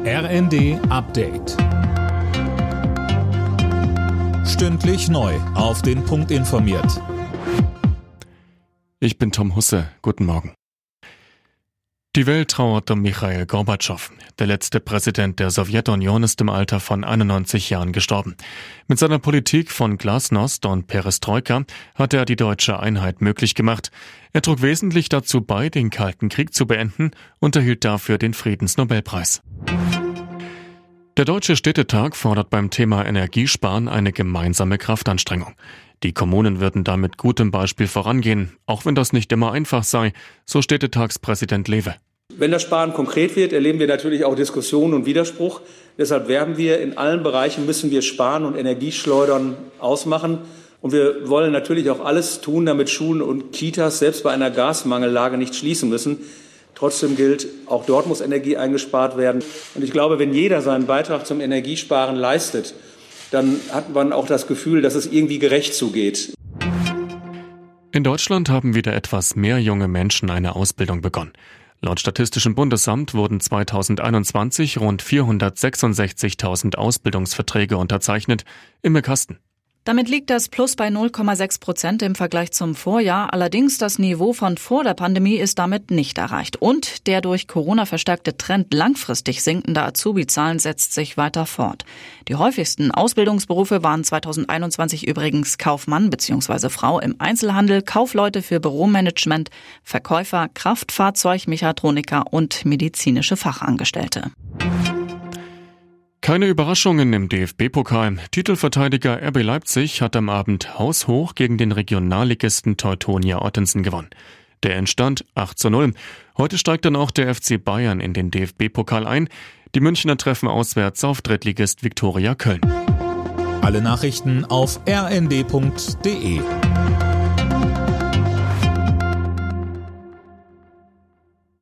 RND Update. Stündlich neu auf den Punkt informiert. Ich bin Tom Husse. Guten Morgen. Die Welt trauert um Michail Gorbatschow. Der letzte Präsident der Sowjetunion ist im Alter von 91 Jahren gestorben. Mit seiner Politik von Glasnost und Perestroika hat er die deutsche Einheit möglich gemacht. Er trug wesentlich dazu bei, den Kalten Krieg zu beenden und erhielt dafür den Friedensnobelpreis. Der Deutsche Städtetag fordert beim Thema Energiesparen eine gemeinsame Kraftanstrengung. Die Kommunen würden da mit gutem Beispiel vorangehen, auch wenn das nicht immer einfach sei, so Städtetagspräsident Lewe. Wenn das Sparen konkret wird, erleben wir natürlich auch Diskussionen und Widerspruch. Deshalb werben wir, in allen Bereichen müssen wir Sparen und Energieschleudern ausmachen. Und wir wollen natürlich auch alles tun, damit Schulen und Kitas selbst bei einer Gasmangellage nicht schließen müssen. Trotzdem gilt, auch dort muss Energie eingespart werden. Und ich glaube, wenn jeder seinen Beitrag zum Energiesparen leistet, dann hat man auch das Gefühl, dass es irgendwie gerecht zugeht. In Deutschland haben wieder etwas mehr junge Menschen eine Ausbildung begonnen. Laut Statistischem Bundesamt wurden 2021 rund 466.000 Ausbildungsverträge unterzeichnet. Imme Kasten. Damit liegt das Plus bei 0,6% im Vergleich zum Vorjahr. Allerdings das Niveau von vor der Pandemie ist damit nicht erreicht. Und der durch Corona verstärkte Trend langfristig sinkender Azubi-Zahlen setzt sich weiter fort. Die häufigsten Ausbildungsberufe waren 2021 übrigens Kaufmann bzw. Frau im Einzelhandel, Kaufleute für Büromanagement, Verkäufer, Kraftfahrzeugmechatroniker und medizinische Fachangestellte. Keine Überraschungen im DFB-Pokal. Titelverteidiger RB Leipzig hat am Abend haushoch gegen den Regionalligisten Teutonia Ottensen gewonnen. Der Endstand 8:0. Heute steigt dann auch der FC Bayern in den DFB-Pokal ein. Die Münchner treffen auswärts auf Drittligist Viktoria Köln. Alle Nachrichten auf rnd.de.